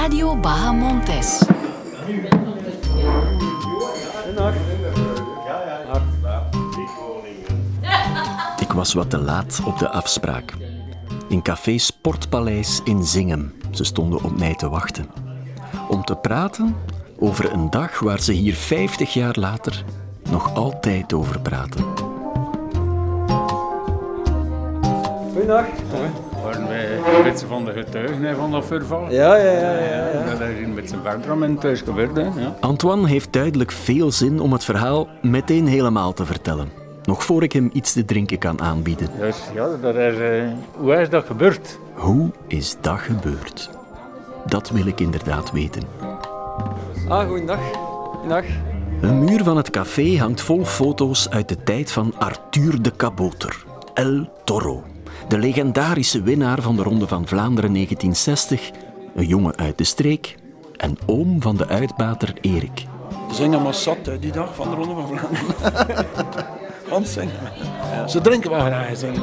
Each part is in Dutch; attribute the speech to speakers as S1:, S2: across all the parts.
S1: Radio Bahamontes.
S2: Ik was wat te laat op de afspraak. In café Sportpaleis in Zingem. Ze stonden op mij te wachten. Om te praten over een dag waar ze hier 50 jaar later nog altijd over praten.
S3: Goedendag.
S4: Waren wij een beetje van de getuigen van dat verval?
S3: Ja.
S4: Dat is hier met zijn Bertram in thuis gebeurd. Hè? Ja.
S2: Antoine heeft duidelijk veel zin om het verhaal meteen helemaal te vertellen. Nog voor ik hem iets te drinken kan aanbieden.
S4: Dus ja, hoe is dat gebeurd?
S2: Hoe is dat gebeurd? Dat wil ik inderdaad weten.
S3: Goedendag. Goedendag.
S2: Een muur van het café hangt vol foto's uit de tijd van Arthur de Caboter, El Toro. De legendarische winnaar van de Ronde van Vlaanderen 1960, een jongen uit de streek en oom van de uitbater Erik.
S5: Zingen maar zat die dag van de Ronde van Vlaanderen. Want zingen. Ze drinken wel graag zingen.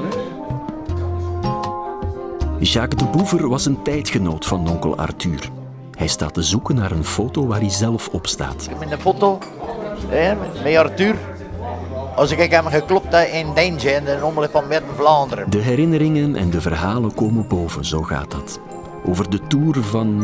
S2: Jacques de Boever was een tijdgenoot van onkel Arthur. Hij staat te zoeken naar een foto waar hij zelf op staat.
S6: Met een foto met Arthur. Als ik hem geklopt heb in Danger in de Ronde van Midden-Vlaanderen.
S2: De herinneringen en de verhalen komen boven, zo gaat dat. Over de Tour van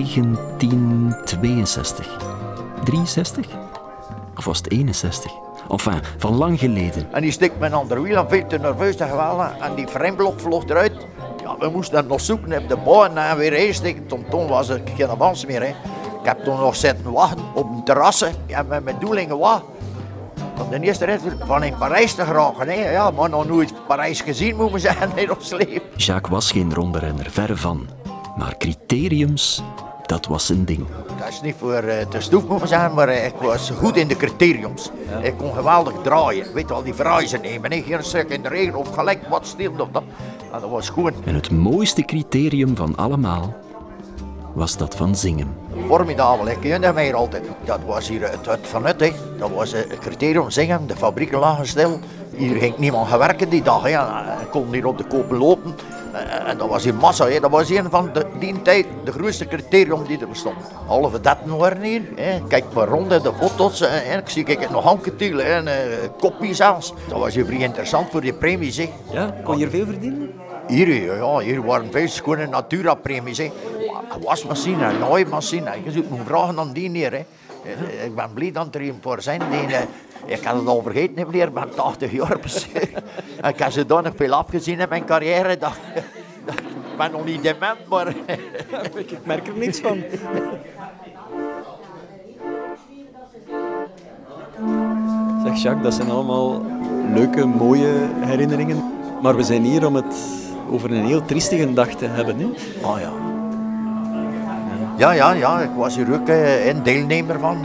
S2: 1962. 63? Of was het 61? Enfin, van lang geleden.
S6: En die stikt mijn andere wiel en veel te nerveus te gewelden. En die freinblok vloog eruit. Ja, we moesten hem nog zoeken op de baan en weer eerst. Toen was er geen avans meer. Hè. Ik heb toen nog zitten wachten op een terrasse. En met mijn doelingen wachten. Om de eerste rit van in Parijs te geraken. Hè. Ja, maar nog nooit Parijs gezien, moet men zeggen, in ons leven.
S2: Jacques was geen ronderenner, verre van. Maar criteriums, dat was zijn ding.
S6: Dat is niet voor te stoef, moet men zeggen, maar ik was goed in de criteriums. Ja. Ik kon geweldig draaien. Weet je wel, die vraaien nemen. Hè. Geen stuk in de regen of gelijk wat stil. Dat was goed.
S2: En het mooiste criterium van allemaal was dat van zingen.
S6: Formidabel, ik kende mij hier altijd. Dat was hier het vanuit, hè. Dat was het criterium zingen, de fabrieken lagen stil. Hier ging niemand gaan werken die dag, hè. Ik kon hier op de kopen lopen. En dat was hier massa, hè. Dat was een van die tijd de grootste criterium die er bestond. Alle vedetten waren hier, hè. Kijk maar rond de foto's, en ik zie nog handketielen en kopie zelfs. Dat was hier vrij interessant voor die premies, hè.
S3: Ja, kon je hier veel verdienen?
S6: Hier waren veel schone Natura-premies. Hè. Wasmachine, een naaimachine. Je zou me vragen aan die neer. Hè. Ik ben blij dat er een voor zijn. Ik had het al vergeten, ik ben 80 jaar precies. Ik heb ze dan nog veel afgezien in mijn carrière. Ik ben nog niet dement, maar...
S3: Ik merk er niks van. Zeg Jacques, dat zijn allemaal leuke, mooie herinneringen. Maar we zijn hier om het over een heel triestige dag te hebben. Hè?
S6: Oh ja. Ja, ik was hier ook een deelnemer van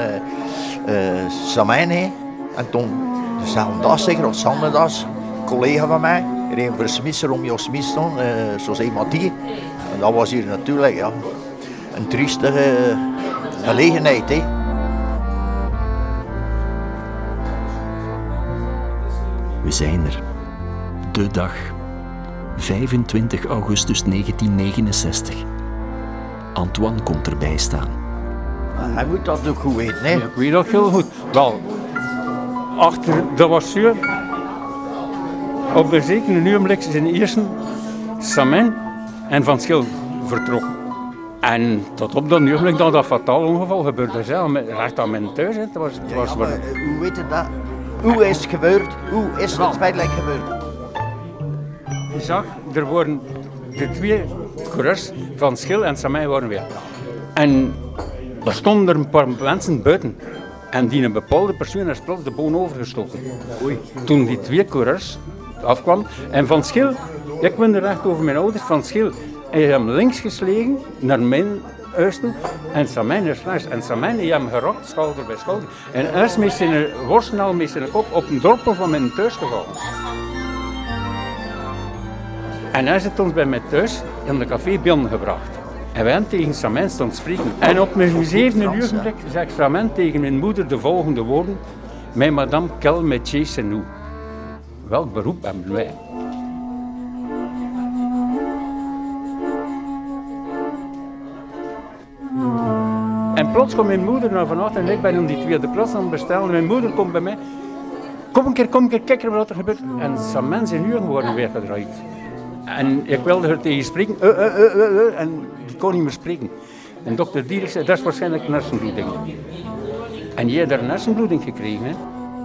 S6: Samijn. En toen, dezelfde dag zeker, of Sanderdas, een collega van mij, een voor Smith, Romeo Smith, José Mathieu. En dat was hier natuurlijk een triestige gelegenheid. Hè.
S2: We zijn er. De dag. 25 augustus 1969. Antoine komt erbij staan.
S6: Hij moet dat ook goed weten, hè?
S4: Ja, ik weet dat heel goed. Wel, achter de wassuur, op een zeker ogenblik zijn eerst Samin en Van Schil vertrokken. En tot op dat ogenblik dat dat fataal ongeval gebeurde. Recht aan mijn thuis. Het was,
S6: maar hoe weet je dat? Hoe is het gebeurd? Hoe is het feitelijk gebeurd?
S4: Je zag, er worden de twee coureurs Van Schil en Samin waren weer. En er stonden er een paar mensen buiten. En die een bepaalde persoon is plots de boon overgestoken. Oei. Toen die twee coureurs afkwamen. En Van Schil, ik ben er echt over mijn ouders, Van Schil heeft hem links geslagen naar mijn huis toe. En Samin is rechts. En Samin heeft hem gerokt, schouder bij schouder. En hij is met zijn worstnel met zijn kop op een dorpel van mijn thuis gevallen. En hij zit ons bij mij thuis in de café binnengebracht. En wij hebben tegen Samin staan spreken. En op mijn 7e uur zegt Samin tegen mijn moeder de volgende woorden. Mijn madame quel métier c'est nous. Welk beroep hebben wij? En plots komt mijn moeder naar vanuit en ik ben om die tweede klas aan het bestellen. Mijn moeder komt bij mij. Kom een keer, kijk er wat er gebeurt. En zijn mensen uren worden weer gedraaid. En ik wilde er tegen spreken. En die kon niet meer spreken. En dokter Dierig zei, dat is waarschijnlijk een hersenbloeding. En jij hebt daar een hersenbloeding gekregen, hè?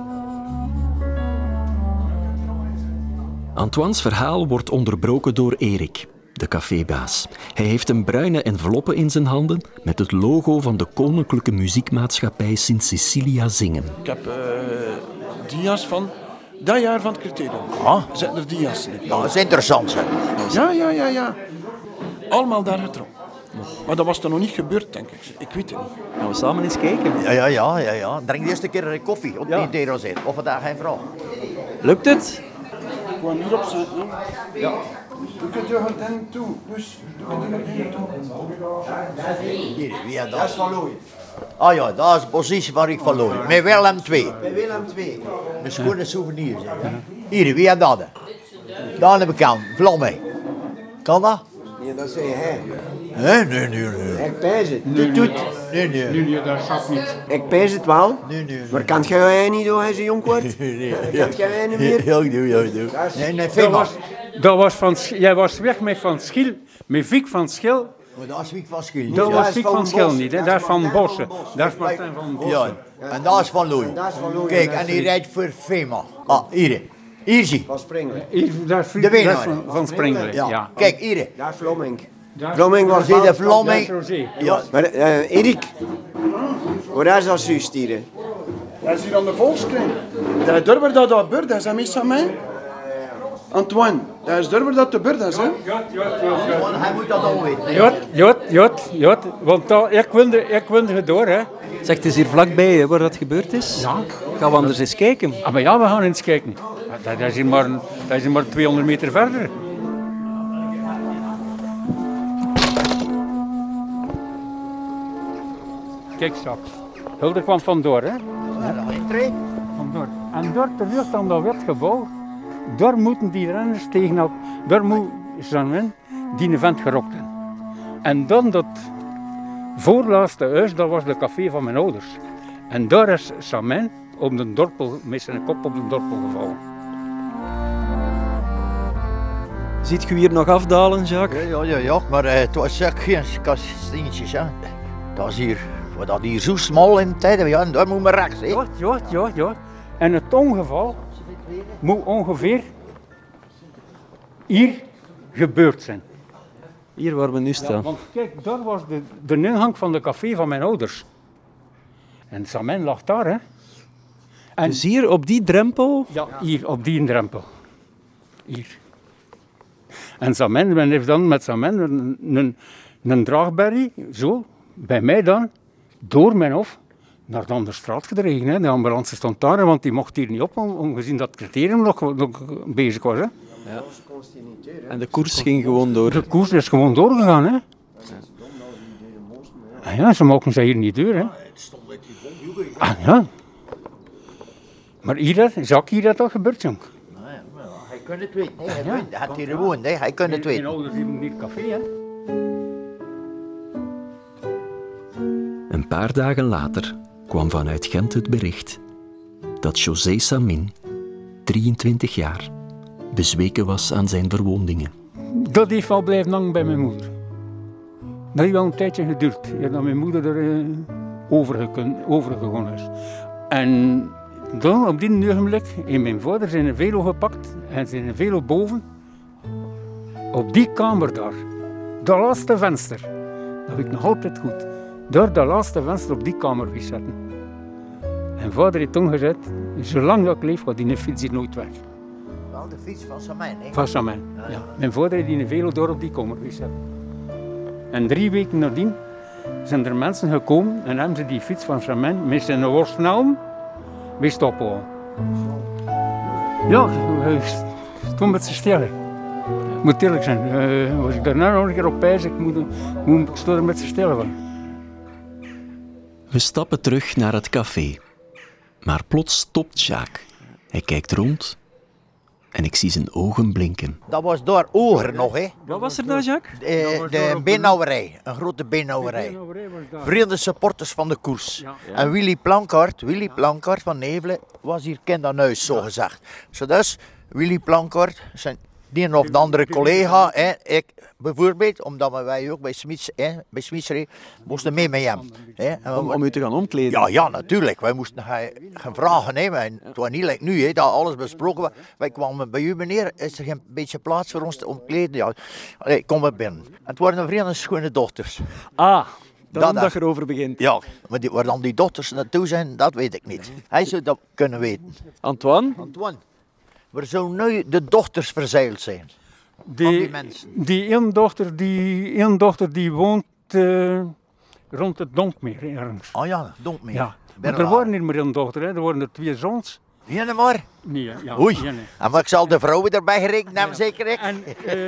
S2: Antoine's verhaal wordt onderbroken door Erik, de cafébaas. Hij heeft een bruine enveloppe in zijn handen met het logo van de Koninklijke Muziekmaatschappij Sint Cecilia Zingen.
S5: Ik heb dia's van dat jaar van het criterium. Zitten er dia's in?
S6: Dat is interessant, hè.
S5: Ja. Allemaal daar getrokken. Maar dat was dan nog niet gebeurd, denk ik. Ik weet het niet.
S3: Gaan we samen eens kijken?
S6: Ja. Drink de eerste keer een koffie op die derozet. Of vandaag geen vraag.
S3: Lukt het?
S5: Gewoon hierop zetten. Ja. Je kunt je gordijn toe. Dus je kunt je gordijn toe.
S6: Hier, wie had dat? Dat is van Looy. Ah ja, dat is de positie waar ik van Looy. Met Willem II.
S1: Bij Willem II.
S6: Een schone souvenir, zeg. Hier, wie had dat? Daar heb ik aan. Vlamming. Kan dat?
S1: Nee, dat zei hij.
S6: Nee.
S1: Ik pijs het.
S6: Nee.
S4: Dat gaat niet.
S1: Ik pijs het wel.
S6: Nee.
S1: Maar kan jij niet doen als je jong wordt?
S6: Nee.
S1: Kan jij niet meer?
S6: Ja, ik doe. Nee, veel
S4: Dat was van, jij was weg met Van Schiel, met Vic van Schil.
S6: Maar dat is Wiek van Schiel.
S4: Dat
S1: Ja,
S4: was
S1: is
S4: Vic
S1: van
S4: van Schil
S1: Bos.
S4: niet, hè?
S1: Dat
S4: Dat
S1: is
S4: is van
S1: van
S4: Bossen.
S1: Bos.
S4: Dat is Martijn van Bossen.
S6: Ja, en dat is van Looy.
S1: Dat is van Looy.
S6: Kijk, en die rijdt voor FEMA. Hier zie.
S1: Van Springelen.
S4: Dat is
S6: De winnaar.
S4: van Springelen.
S6: Ja. Kijk, hier.
S1: Daar is Vlomming.
S4: Daar-
S1: Vlomming was
S6: Zie je de
S1: wel-
S6: Vlamming?
S4: Rosé.
S6: Ja.
S1: Maar Erik, waar is dat juist hier?
S5: Dat is hier aan de volkskring. Dat is durver dat dat beurt is, hè, mis aan mij? Antoine, dat is durver dat de beurt is, hè?
S6: Hij moet dat al weten.
S4: Ja, want ik wilde het door, hè.
S3: Zeg, het is hier vlakbij hè, waar dat gebeurd is.
S4: Ja.
S3: Gaan we anders eens kijken?
S4: Ah, maar ja, we gaan eens kijken. Dat is hier maar 200 meter verder. Kijk, straks. Hulder kwam vandoor, hè. Vandoor. En door terug aan dat wetgebouw, daar moeten die renners tegen elkaar, daar moet Jean-Win die vent gerokt hebben. En dan dat voorlaatste huis, dat was de café van mijn ouders. En daar is Samin op de dorpel, met zijn kop op de dorpel gevallen.
S3: Ziet u hier nog afdalen, Jacques?
S6: Ja, maar het was ook geen kastientjes, hè. Dat is hier, wat dat hier zo smal in de tijd, ja, en daar moet men rechts, hè.
S4: Ja. En het ongeval moet ongeveer hier gebeurd zijn.
S3: Hier waar we nu
S4: Ja,
S3: staan.
S4: want kijk, daar was de ingang van de café van mijn ouders. En Samin lag daar, hè. En
S3: Dus hier op die drempel.
S4: ja, hier, op die drempel. Hier. En Samin, men heeft dan met Samin een draagberry, zo, bij mij dan, door mijn hof, naar de andere straat gedreven. Hè. De ambulance stond daar, want die mocht hier niet op, ongezien dat het criterium nog bezig was. Hè.
S3: En de koers ging gewoon door.
S4: De koers is gewoon doorgegaan. Hè. Ah ja, ze mogen ze hier niet door. Hè. Ah ja. Maar Jacques, hier dat toch gebeurd, jong?
S6: Hij kan het weten, hè. Hij had hier gewoond, hè. Hij kan het
S4: Mijn
S6: weten.
S4: ouders hebben hier café, hè.
S2: Een paar dagen later kwam vanuit Gent het bericht dat José Samin, 23 jaar, bezweken was aan zijn verwondingen.
S4: Dat heeft wel blijven hangen bij mijn moeder. Dat heeft wel een tijdje geduurd, dat mijn moeder er overgegaan is. En dan, op die ogenblik, heeft mijn vader zijn velo gepakt en zijn velo boven. Op die kamer daar, dat laatste venster, dat weet ik nog altijd goed. Daar dat laatste venster op die kamer zetten. En vader heeft toen gezegd, zolang dat ik leef, gaat die fiets hier nooit weg.
S6: Wel de fiets van Samin, hè.
S4: Van Samin, ja. Mijn vader heeft die velo door op die kamer gezet. En 3 weken nadien zijn er mensen gekomen en hebben ze die fiets van Samin met zijn worstnaam mee stoppen. Ja, hij stond met z'n stillen. Ik moet eerlijk zijn, als ik daarna nog een keer op pijs, ik stond er met z'n stillen van.
S2: We stappen terug naar het café. Maar plots stopt Jacques. Hij kijkt rond En ik zie zijn ogen blinken.
S6: Dat was daar hoger nog, hè.
S3: Wat was er daar, Jacques?
S6: De beenhouwerij, een grote beenhouwerij. Vrienden supporters van de koers.
S4: Ja.
S6: En Willy Plankart van Nevelen was hier kind aan huis, zo gezegd. Dus Willy Plankart, zijn die een of de andere collega, hè, ik bijvoorbeeld, omdat wij ook bij Smits moesten mee met hem. Hè.
S3: Om u te gaan omkleden?
S6: Ja, natuurlijk. Wij moesten gaan vragen. Hè. Het was niet like nu, hè, dat alles besproken was. Wij kwamen bij u, meneer, is er geen beetje plaats voor ons te omkleden? Ja, allee, kom maar binnen. En het waren vrienden schone dochters.
S3: Ah, daarom
S6: Dat
S3: dat je erover begint.
S6: Ja, maar waar dan die dochters naartoe zijn, dat weet ik niet. Hij zou dat kunnen weten.
S3: Antoine?
S6: Antoine, waar zullen nu de dochters verzeild zijn? Die mensen.
S4: Die één dochter die woont rond het Donkmeer ergens.
S6: Oh ja, Donkmeer.
S4: Ja. Maar er waren niet meer een dochter, hè. Er waren er 2 zoons.
S6: Ja, maar.
S4: Nee, ja.
S6: Oei.
S4: Ja,
S6: En maar ik zal de vrouwen erbij gerekend hebben, zeker ik.
S4: En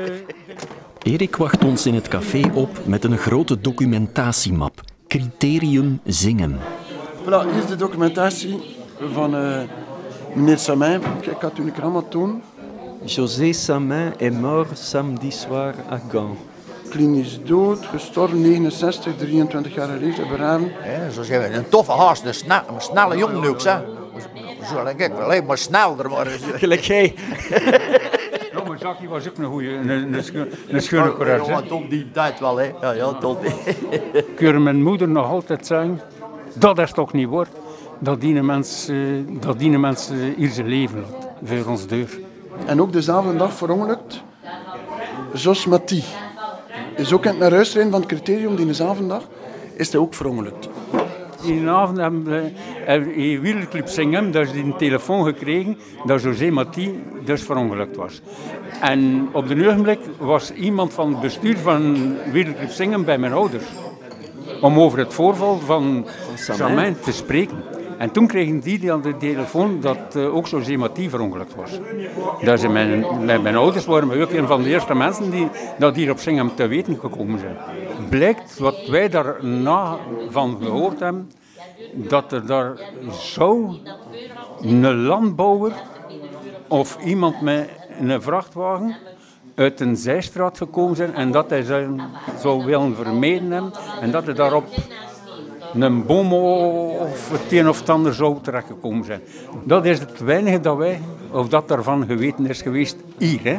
S2: Erik wacht ons in het café op met een grote documentatiemap. Criterium Zingen.
S5: Voilà, hier is de documentatie van meneer Samin. Kijk, ik had u een kram tonen.
S3: José Samin est mort samedi soir à Gand.
S5: Klinisch dood, gestorven, 69, 23 jaar leeftijd, begraven.
S6: Ja, zo zijn we. Een toffe haast, een snelle jongen ook, hè. Zo denk ik wel, maar sneller. Maar...
S3: Gelijk jij.
S4: ja, maar Jackie was ook een schone courage.
S6: Ja, tot die tijd wel, hè. Ja, tot die.
S4: Ik hoor mijn moeder nog altijd zeggen, dat is toch niet waar, dat die mens hier zijn leven laat, voor ons deur.
S5: En ook dezelfde dag verongelukt, Jos Mathieu. Is ook in het naar huis rijden van het criterium, die dezelfde dag, is hij ook verongelukt.
S4: Die avond hebben we in Wielerclub Zingem, daar is die een telefoon gekregen dat José Mathieu dus verongelukt was. En op de ogenblik was iemand van het bestuur van Wielerclub Zingem bij mijn ouders. Om over het voorval van Samin te spreken. En toen kregen die aan de telefoon dat ook José Mathieu verongelukt was. Dus mijn ouders waren ook een van de eerste mensen die dat hier op Zingem te weten gekomen zijn. Blijkt wat wij daarna van gehoord hebben, dat er daar zou een landbouwer of iemand met een vrachtwagen uit een zijstraat gekomen zijn en dat hij zou willen vermijden hebben en dat hij daarop een boom of het een of het ander zou terechtgekomen zijn. Dat is het weinige dat wij, of dat daarvan geweten is geweest hier. Hè.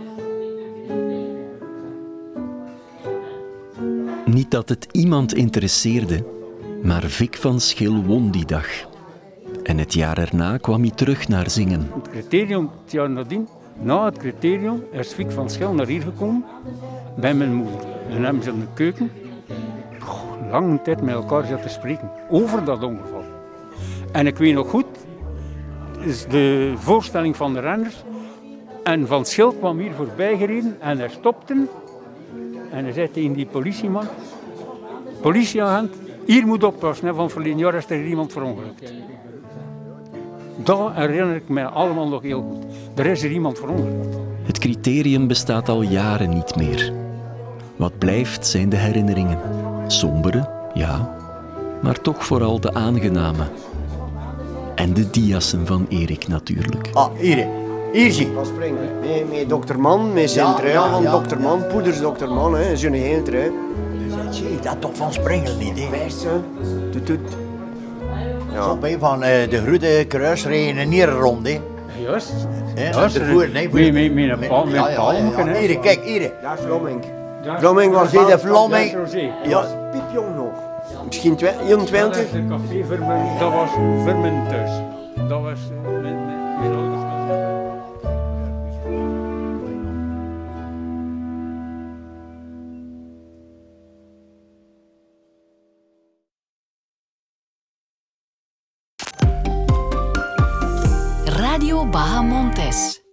S2: Niet dat het iemand interesseerde, maar Vic van Schil won die dag. En het jaar erna kwam hij terug naar Zingen.
S4: Het criterium, het jaar nadien, na het criterium, is Vic van Schil naar hier gekomen bij mijn moeder. En hebben ze in de keuken lange tijd met elkaar zitten spreken over dat ongeval. En ik weet nog goed, is de voorstelling van de renners en Van Schil kwam hier voorbij gereden en hij stopte en hij zei tegen die politieman, politieagent, hier moet oppassen, van verleden jaar is er iemand verongelukt. Dat herinner ik mij allemaal nog heel goed. Er is er iemand verongelukt.
S2: Het criterium bestaat al jaren niet meer. Wat blijft zijn de herinneringen. Sombere, ja, maar toch vooral de aangename. En de diassen van Erik natuurlijk.
S6: Ah, hier zie.
S1: Van springen. Met dokter Man, met zijn trui van dokter Man, poeders dokter Man, hè, zo'n hele trui.
S6: Zie, dat toch van springen niet, hè.
S1: Best, hè. Toet.
S6: Zo bij van de grote kruisrijden hier rond, hè.
S4: Juist.
S6: Met een palm,
S4: hè.
S6: Hier, kijk, hier.
S1: Daar Vlaming. Vlaming was
S6: Zie de Vlaming.
S1: Ja, piepjong nog. Misschien 21.
S4: Dat café voor mijn, dat was voor mijn thuis. Dat was mijn ouders.
S7: Radio Bahamontes.